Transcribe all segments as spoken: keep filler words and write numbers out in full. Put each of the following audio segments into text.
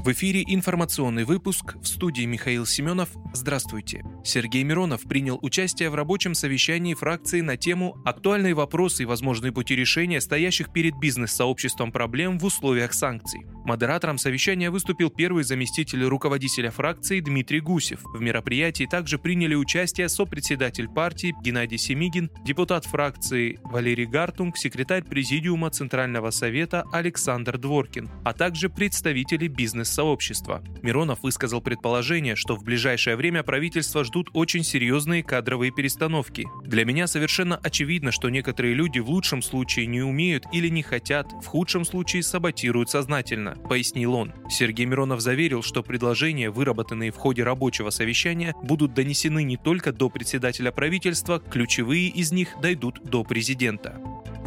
В эфире информационный выпуск, в студии Михаил Семенов. Здравствуйте. Сергей Миронов принял участие в рабочем совещании фракции на тему «Актуальные вопросы и возможные пути решения стоящих перед бизнес-сообществом проблем в условиях санкций». Модератором совещания выступил первый заместитель руководителя фракции Дмитрий Гусев. В мероприятии также приняли участие сопредседатель партии Геннадий Семигин, депутат фракции Валерий Гартунг, секретарь Президиума Центрального совета Александр Дворкин, а также представители бизнес-сообщества. Миронов высказал предположение, что в ближайшее время правительство ждут очень серьезные кадровые перестановки. «Для меня совершенно очевидно, что некоторые люди в лучшем случае не умеют или не хотят, в худшем случае саботируют сознательно», — пояснил он. Сергей Миронов заверил, что предложения, выработанные в ходе рабочего совещания, будут донесены не только до председателя правительства, ключевые из них дойдут до президента.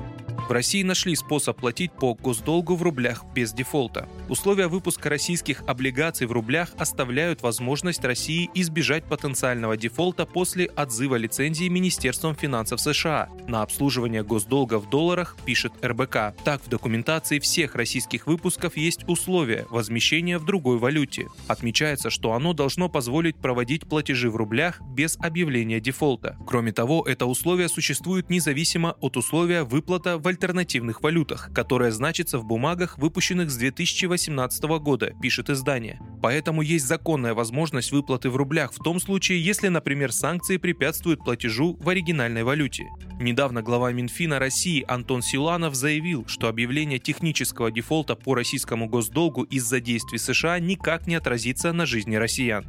В России нашли способ платить по госдолгу в рублях без дефолта. Условия выпуска российских облигаций в рублях оставляют возможность России избежать потенциального дефолта после отзыва лицензии Министерством финансов США на обслуживание госдолга в долларах, пишет эр бэ ка. Так, в документации всех российских выпусков есть условие возмещения в другой валюте. Отмечается, что оно должно позволить проводить платежи в рублях без объявления дефолта. Кроме того, это условие существует независимо от условия выплата в альтернативных валютах, которая значится в бумагах, выпущенных с две тысячи восемнадцатого года, пишет издание. Поэтому есть законная возможность выплаты в рублях в том случае, если, например, санкции препятствуют платежу в оригинальной валюте. Недавно глава Минфина России Антон Силуанов заявил, что объявление технического дефолта по российскому госдолгу из-за действий США никак не отразится на жизни россиян.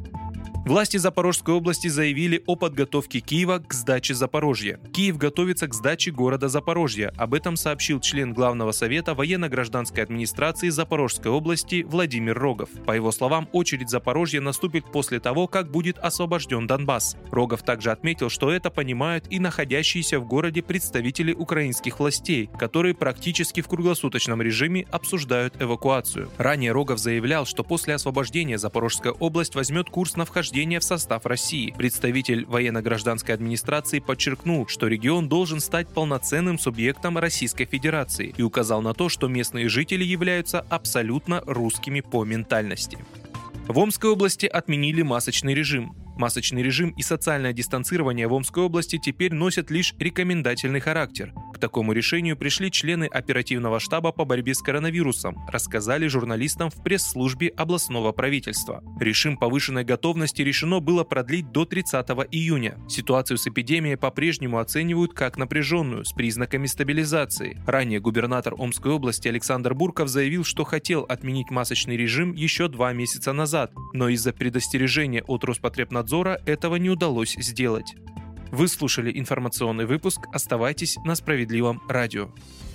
Власти Запорожской области заявили о подготовке Киева к сдаче Запорожья. Киев готовится к сдаче города Запорожья. Об этом сообщил член Главного совета военно-гражданской администрации Запорожской области Владимир Рогов. По его словам, очередь Запорожья наступит после того, как будет освобожден Донбасс. Рогов также отметил, что это понимают и находящиеся в городе представители украинских властей, которые практически в круглосуточном режиме обсуждают эвакуацию. Ранее Рогов заявлял, что после освобождения Запорожская область возьмет курс на вхождение в состав России. Представитель военно-гражданской администрации подчеркнул, что регион должен стать полноценным субъектом Российской Федерации и указал на то, что местные жители являются абсолютно русскими по ментальности. В Омской области отменили масочный режим. Масочный режим и социальное дистанцирование в Омской области теперь носят лишь рекомендательный характер. К такому решению пришли члены оперативного штаба по борьбе с коронавирусом, рассказали журналистам в пресс-службе областного правительства. Режим повышенной готовности решено было продлить до тридцатого июня. Ситуацию с эпидемией по-прежнему оценивают как напряженную, с признаками стабилизации. Ранее губернатор Омской области Александр Бурков заявил, что хотел отменить масочный режим еще два месяца назад, но из-за предостережения от Роспотребнадзора этого не удалось сделать. Вы слушали информационный выпуск. Оставайтесь на Справедливом радио.